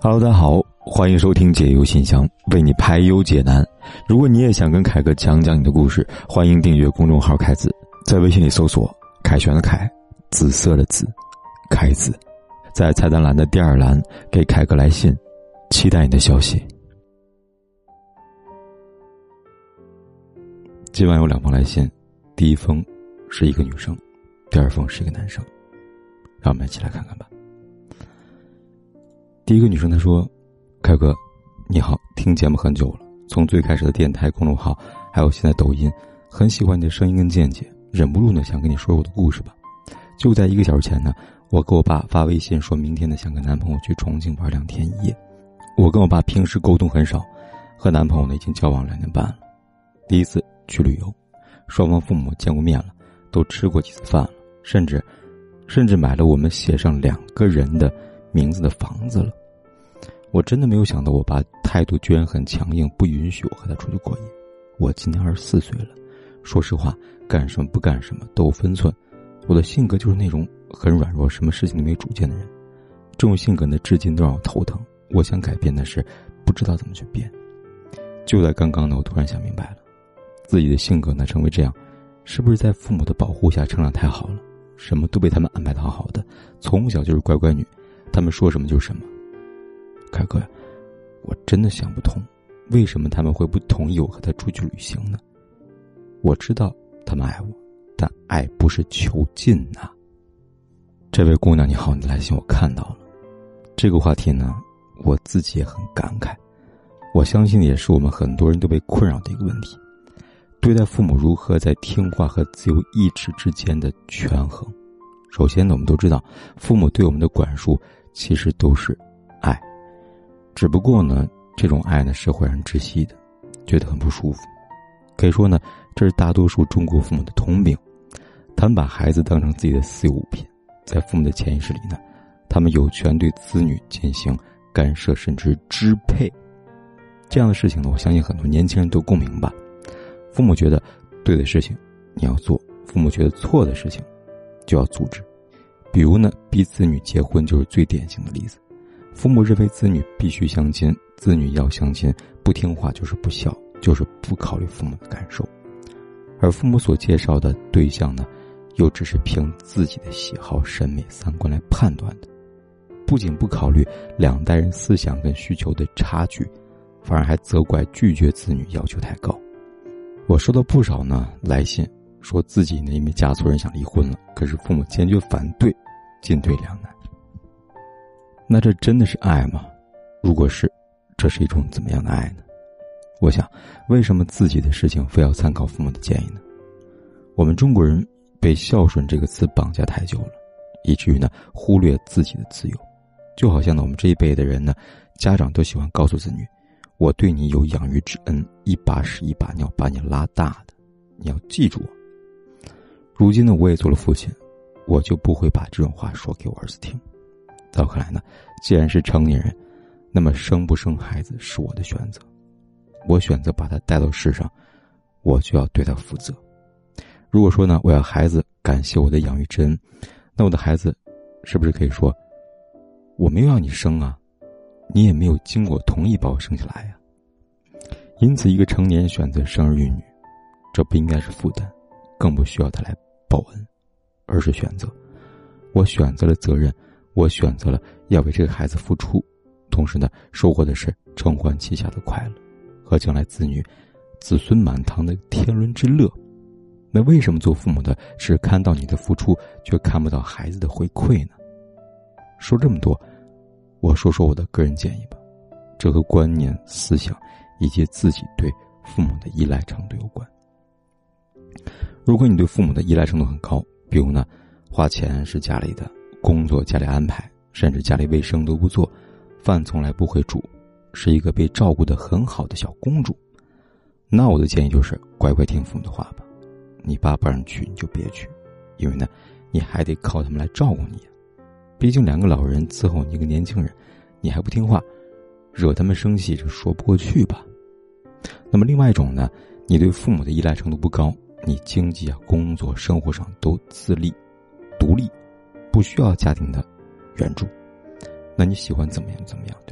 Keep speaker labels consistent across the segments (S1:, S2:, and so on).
S1: Hello， 大家好，欢迎收听解忧信箱，为你排忧解难。如果你也想跟凯哥讲讲你的故事，欢迎订阅公众号凯子，在微信里搜索凯旋的凯，紫色的紫，凯子，在菜单栏的第二栏给凯哥来信，期待你的消息。今晚有2封来信，第一封是一个女生，第二封是一个男生，让我们一起来看看吧。第一个女生她说，凯哥你好，听节目很久了，从最开始的电台公众号还有现在抖音，很喜欢你的声音跟见解，忍不住呢想跟你说我的故事吧。就在1个小时前呢，我给我爸发微信说明天呢想跟男朋友去重庆玩2天1夜。我跟我爸平时沟通很少，和男朋友呢已经交往2年半了，第一次去旅游，双方父母见过面了，都吃过几次饭了，甚至买了我们写上2个人的名字的房子了。我真的没有想到我爸态度居然很强硬，不允许我和他出去过夜。我今年24岁了，说实话干什么不干什么都有分寸，我的性格就是那种很软弱，什么事情都没主见的人。这种性格呢至今都让我头疼，我想改变的是不知道怎么去变。就在刚刚呢，我突然想明白了，自己的性格呢成为这样，是不是在父母的保护下成长太好了，什么都被他们安排得好好的，从小就是乖乖女，他们说什么就是什么。凯哥呀，我真的想不通，为什么他们会不同意我和他出去旅行呢？我知道他们爱我，但爱不是囚禁啊。这位姑娘你好，你的来信我看到了。这个话题呢，我自己也很感慨，我相信也是我们很多人都被困扰的一个问题，对待父母如何在听话和自由意志之间的权衡。首先呢，我们都知道父母对我们的管束其实都是爱，只不过呢这种爱呢是会让人窒息的，觉得很不舒服。可以说呢，这是大多数中国父母的通病，他们把孩子当成自己的私有物品，在父母的潜意识里呢，他们有权对子女进行干涉甚至支配。这样的事情呢，我相信很多年轻人都共鸣吧。父母觉得对的事情你要做，父母觉得错的事情就要阻止。比如呢，逼子女结婚就是最典型的例子。父母认为子女必须相亲，子女要相亲，不听话就是不孝，就是不考虑父母的感受。而父母所介绍的对象呢，又只是凭自己的喜好、审美、3观来判断的，不仅不考虑2代人思想跟需求的差距，反而还责怪拒绝子女要求太高。我收到不少呢来信，说自己呢因为嫁错人想离婚了，可是父母坚决反对，进退两难。那这真的是爱吗？如果是，这是一种怎么样的爱呢？我想，为什么自己的事情非要参考父母的建议呢？我们中国人被孝顺这个词绑架太久了，以至于呢忽略自己的自由。就好像呢我们这一辈的人呢，家长都喜欢告诉子女，我对你有养育之恩，一把屎一把尿把你拉大的，你要记住我。如今呢我也做了父亲，我就不会把这种话说给我儿子听。在我看来呢，既然是成年人，那么生不生孩子是我的选择，我选择把他带到世上，我就要对他负责。如果说呢我要孩子感谢我的养育之恩，那我的孩子是不是可以说，我没有让你生啊，你也没有经过同意把我生下来呀。因此一个成年人选择生儿育女，这不应该是负担，更不需要他来报恩，而是选择。我选择了责任，我选择了要为这个孩子付出，同时呢收获的是承欢膝下的快乐和将来子女子孙满堂的天伦之乐。那为什么做父母的只看到你的付出，却看不到孩子的回馈呢？说这么多，我说说我的个人建议吧，这和观念、思想以及自己对父母的依赖程度有关。如果你对父母的依赖程度很高，比如呢花钱是家里的，工作家里安排，甚至家里卫生都不做，饭从来不会煮，是一个被照顾得很好的小公主，那我的建议就是乖乖听父母的话吧。你爸不让你去你就别去，因为呢你还得靠他们来照顾你啊。毕竟2个老人伺候你一个年轻人，你还不听话，惹他们生气，这说不过去吧。那么另外一种呢，你对父母的依赖程度不高，你经济啊、工作、生活上都自立独立，不需要家庭的援助，那你喜欢怎么样怎么样，对吧？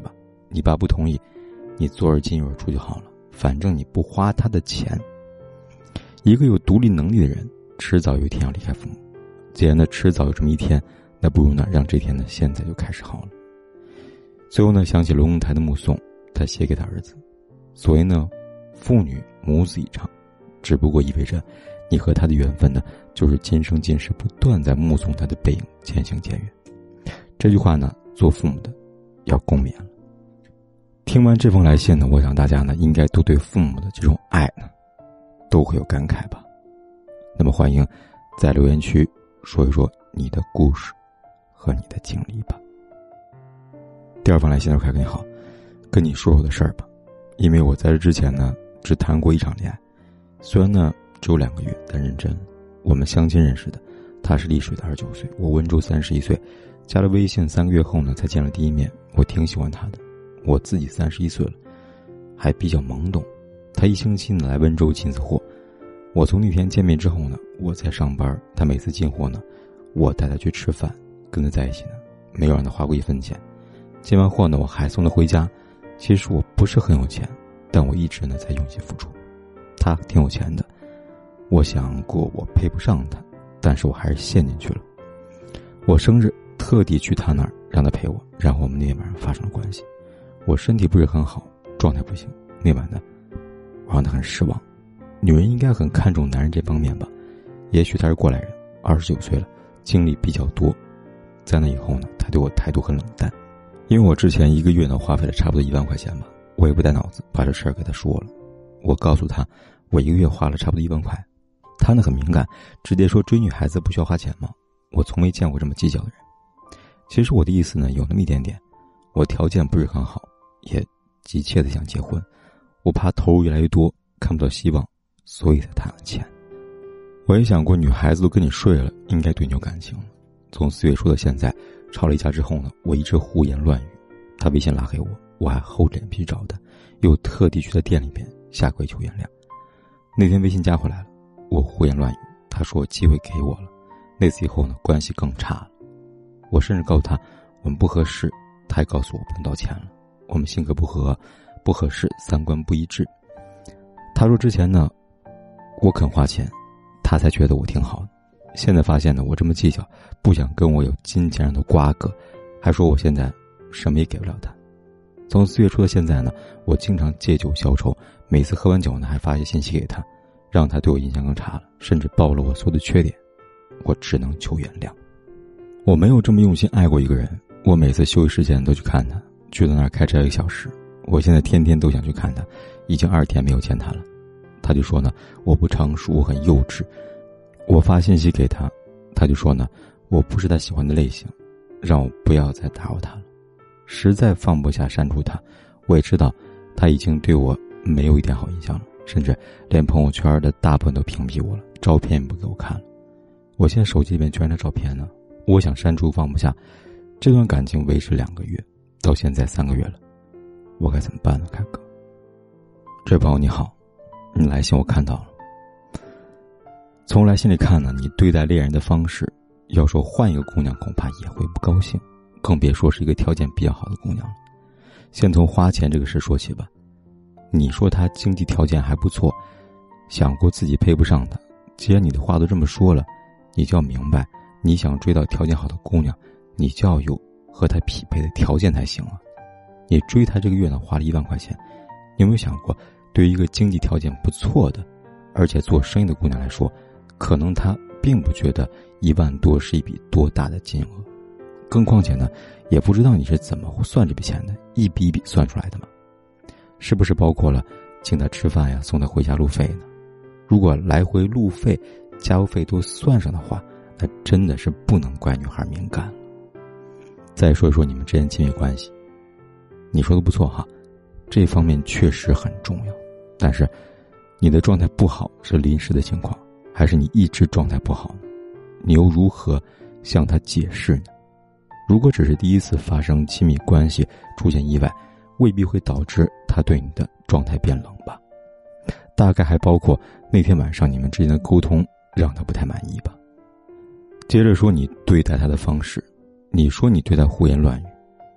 S1: 你爸不同意，你左耳进右耳出就好了，反正你不花他的钱。一个有独立能力的人，迟早有一天要离开父母。既然呢迟早有这么一天，那不如呢让这天呢现在就开始好了。最后呢想起龙应台的目送，他写给他儿子，所谓呢父女母子一场，只不过意味着你和他的缘分呢就是今生今世不断在目送他的背影渐行渐远。这句话呢做父母的要共勉了。听完这封来信呢，我想大家呢应该都对父母的这种爱呢都会有感慨吧。那么欢迎在留言区说一说你的故事和你的经历吧。第二封来信的凯哥你好，跟你说我的事儿吧。因为我在这之前呢只谈过一场恋爱，虽然呢只有2个月，但认真。我们相亲认识的，他是丽水的29岁，我温州31岁，加了微信3个月后呢才见了第一面。我挺喜欢他的，我自己31岁了，还比较懵懂。他1星期呢来温州进次货，我从那天见面之后呢，我在上班，他每次进货呢，我带他去吃饭，跟他在一起呢，没有让他花过1分钱。进完货呢，我还送他回家。其实我不是很有钱，但我一直呢在用心付出。他挺有钱的，我想过我配不上他，但是我还是陷进去了。我生日特地去他那儿让他陪我，然后我们那天晚上发生了关系。我身体不是很好，状态不行，那晚呢我让他很失望。女人应该很看重男人这方面吧，也许他是过来人，29岁了，经历比较多。在那以后呢，他对我态度很冷淡。因为我之前1个月呢花费了差不多1万块钱吧，我也不带脑子把这事儿给他说了。我告诉他我1个月花了差不多1万块，他呢很敏感，直接说追女孩子不需要花钱吗？我从没见过这么计较的人。其实我的意思呢有那么一点点，我条件不是很好，也急切的想结婚，我怕投入越来越多看不到希望，所以才谈了钱。我也想过女孩子都跟你睡了，应该对你有感情了。从4月初到现在，吵了一架之后呢，我一直胡言乱语。他微信拉黑我，我还厚着脸皮找他，又特地去他店里边下跪求原谅。那天微信加回来了，我胡言乱语，他说机会给我了。那次以后呢，关系更差了。我甚至告诉他我们不合适，他还告诉我不能道歉了。我们性格不合，不合适，3观不一致。他说之前呢我肯花钱，他才觉得我挺好的。现在发现呢我这么计较，不想跟我有金钱上的瓜葛，还说我现在什么也给不了他。从4月初到现在呢，我经常借酒消愁，每次喝完酒呢还发些信息给他，让他对我印象更差了，甚至暴露我所有的缺点。我只能求原谅。我没有这么用心爱过一个人，我每次休息时间都去看他，去到那儿开车1个小时。我现在天天都想去看他，已经2天没有见他了。他就说呢我不成熟，我很幼稚。我发信息给他，他就说呢我不是他喜欢的类型，让我不要再打扰他了。实在放不下删除他，我也知道他已经对我没有一点好印象了，甚至连朋友圈的大部分都屏蔽我了，照片也不给我看了。我现在手机里面全是他照片呢，我想删除放不下。这段感情维持2个月，到现在3个月了，我该怎么办呢？凯哥，这位朋友你好，你来信我看到了。从来信里看呢，你对待恋人的方式，要说换一个姑娘恐怕也会不高兴，更别说是一个条件比较好的姑娘了。先从花钱这个事说起吧。你说她经济条件还不错，想过自己配不上她，既然你的话都这么说了，你就要明白，你想追到条件好的姑娘，你就要有和她匹配的条件才行啊。你追她这个月呢花了1万块钱，你有没有想过，对于一个经济条件不错的而且做生意的姑娘来说，可能她并不觉得1万多是一笔多大的金额，更况且呢也不知道你是怎么算这笔钱的，一笔一笔算出来的嘛？是不是包括了请她吃饭呀，送她回家路费呢？如果来回路费、家务费都算上的话，那真的是不能怪女孩敏感了。再说一说你们之间亲密关系，你说的不错哈，这方面确实很重要。但是你的状态不好是临时的情况，还是你一直状态不好呢？你又如何向他解释呢？如果只是第一次发生亲密关系出现意外，未必会导致他对你的状态变冷吧？大概还包括那天晚上你们之间的沟通让他不太满意吧？接着说你对待他的方式，你说你对他胡言乱语，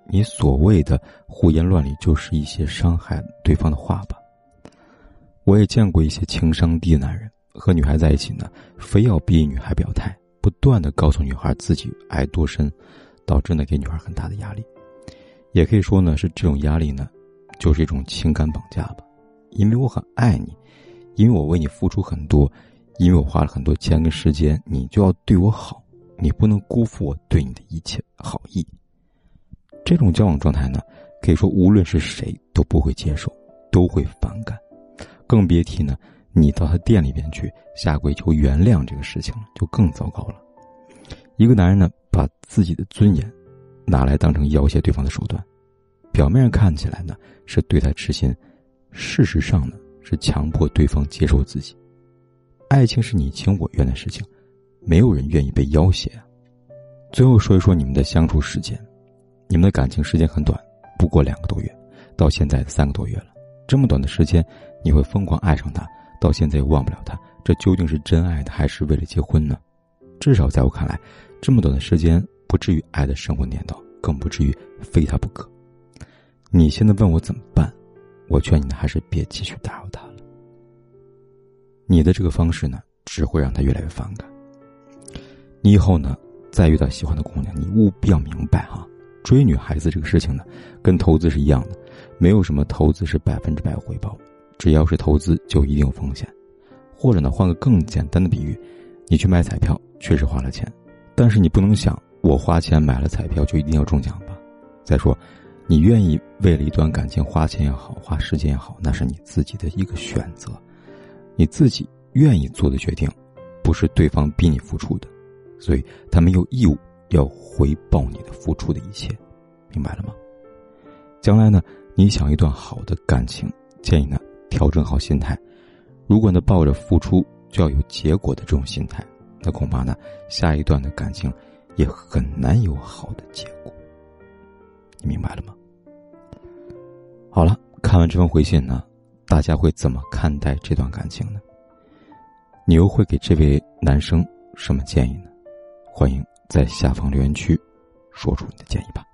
S1: 你所谓的胡言乱语就是一些伤害对方的话吧。我也见过一些情商低的男人，和女孩在一起呢，非要逼女孩表态，不断地告诉女孩自己爱多深，导致呢给女孩很大的压力。也可以说呢，是这种压力呢，就是一种情感绑架吧。因为我很爱你，因为我为你付出很多，因为我花了很多钱跟时间，你就要对我好，你不能辜负我对你的一切好意。这种交往状态呢，可以说无论是谁都不会接受，都会反感，更别提呢你到他店里边去下跪求原谅这个事情了，就更糟糕了。一个男人呢，把自己的尊严拿来当成要挟对方的手段，表面上看起来呢是对他痴心，事实上呢是强迫对方接受自己。爱情是你情我愿的事情，没有人愿意被要挟啊。最后说一说你们的相处时间，你们的感情时间很短，不过2个多月，到现在3个多月了。这么短的时间，你会疯狂爱上他，到现在也忘不了他，这究竟是真爱的还是为了结婚呢？至少在我看来，这么短的时间不至于爱的神魂颠倒，更不至于非他不可。你现在问我怎么办，我劝你呢还是别继续打扰他了。你的这个方式呢，只会让他越来越反感。你以后呢，再遇到喜欢的姑娘，你务必要明白哈，追女孩子这个事情呢，跟投资是一样的，没有什么投资是100%回报，只要是投资就一定有风险。或者呢，换个更简单的比喻，你去买彩票确实花了钱，但是你不能想我花钱买了彩票就一定要中奖吧。再说你愿意为了一段感情花钱也好，花时间也好，那是你自己的一个选择，你自己愿意做的决定，不是对方逼你付出的，所以他没有义务要回报你的付出的一切，明白了吗？将来呢，你想一段好的感情，建议呢调整好心态。如果呢抱着付出就要有结果的这种心态，那恐怕呢下一段的感情也很难有好的结果。你明白了吗？好了，看完这封回信呢，大家会怎么看待这段感情呢？你又会给这位男生什么建议呢？欢迎在下方留言区说出你的建议吧。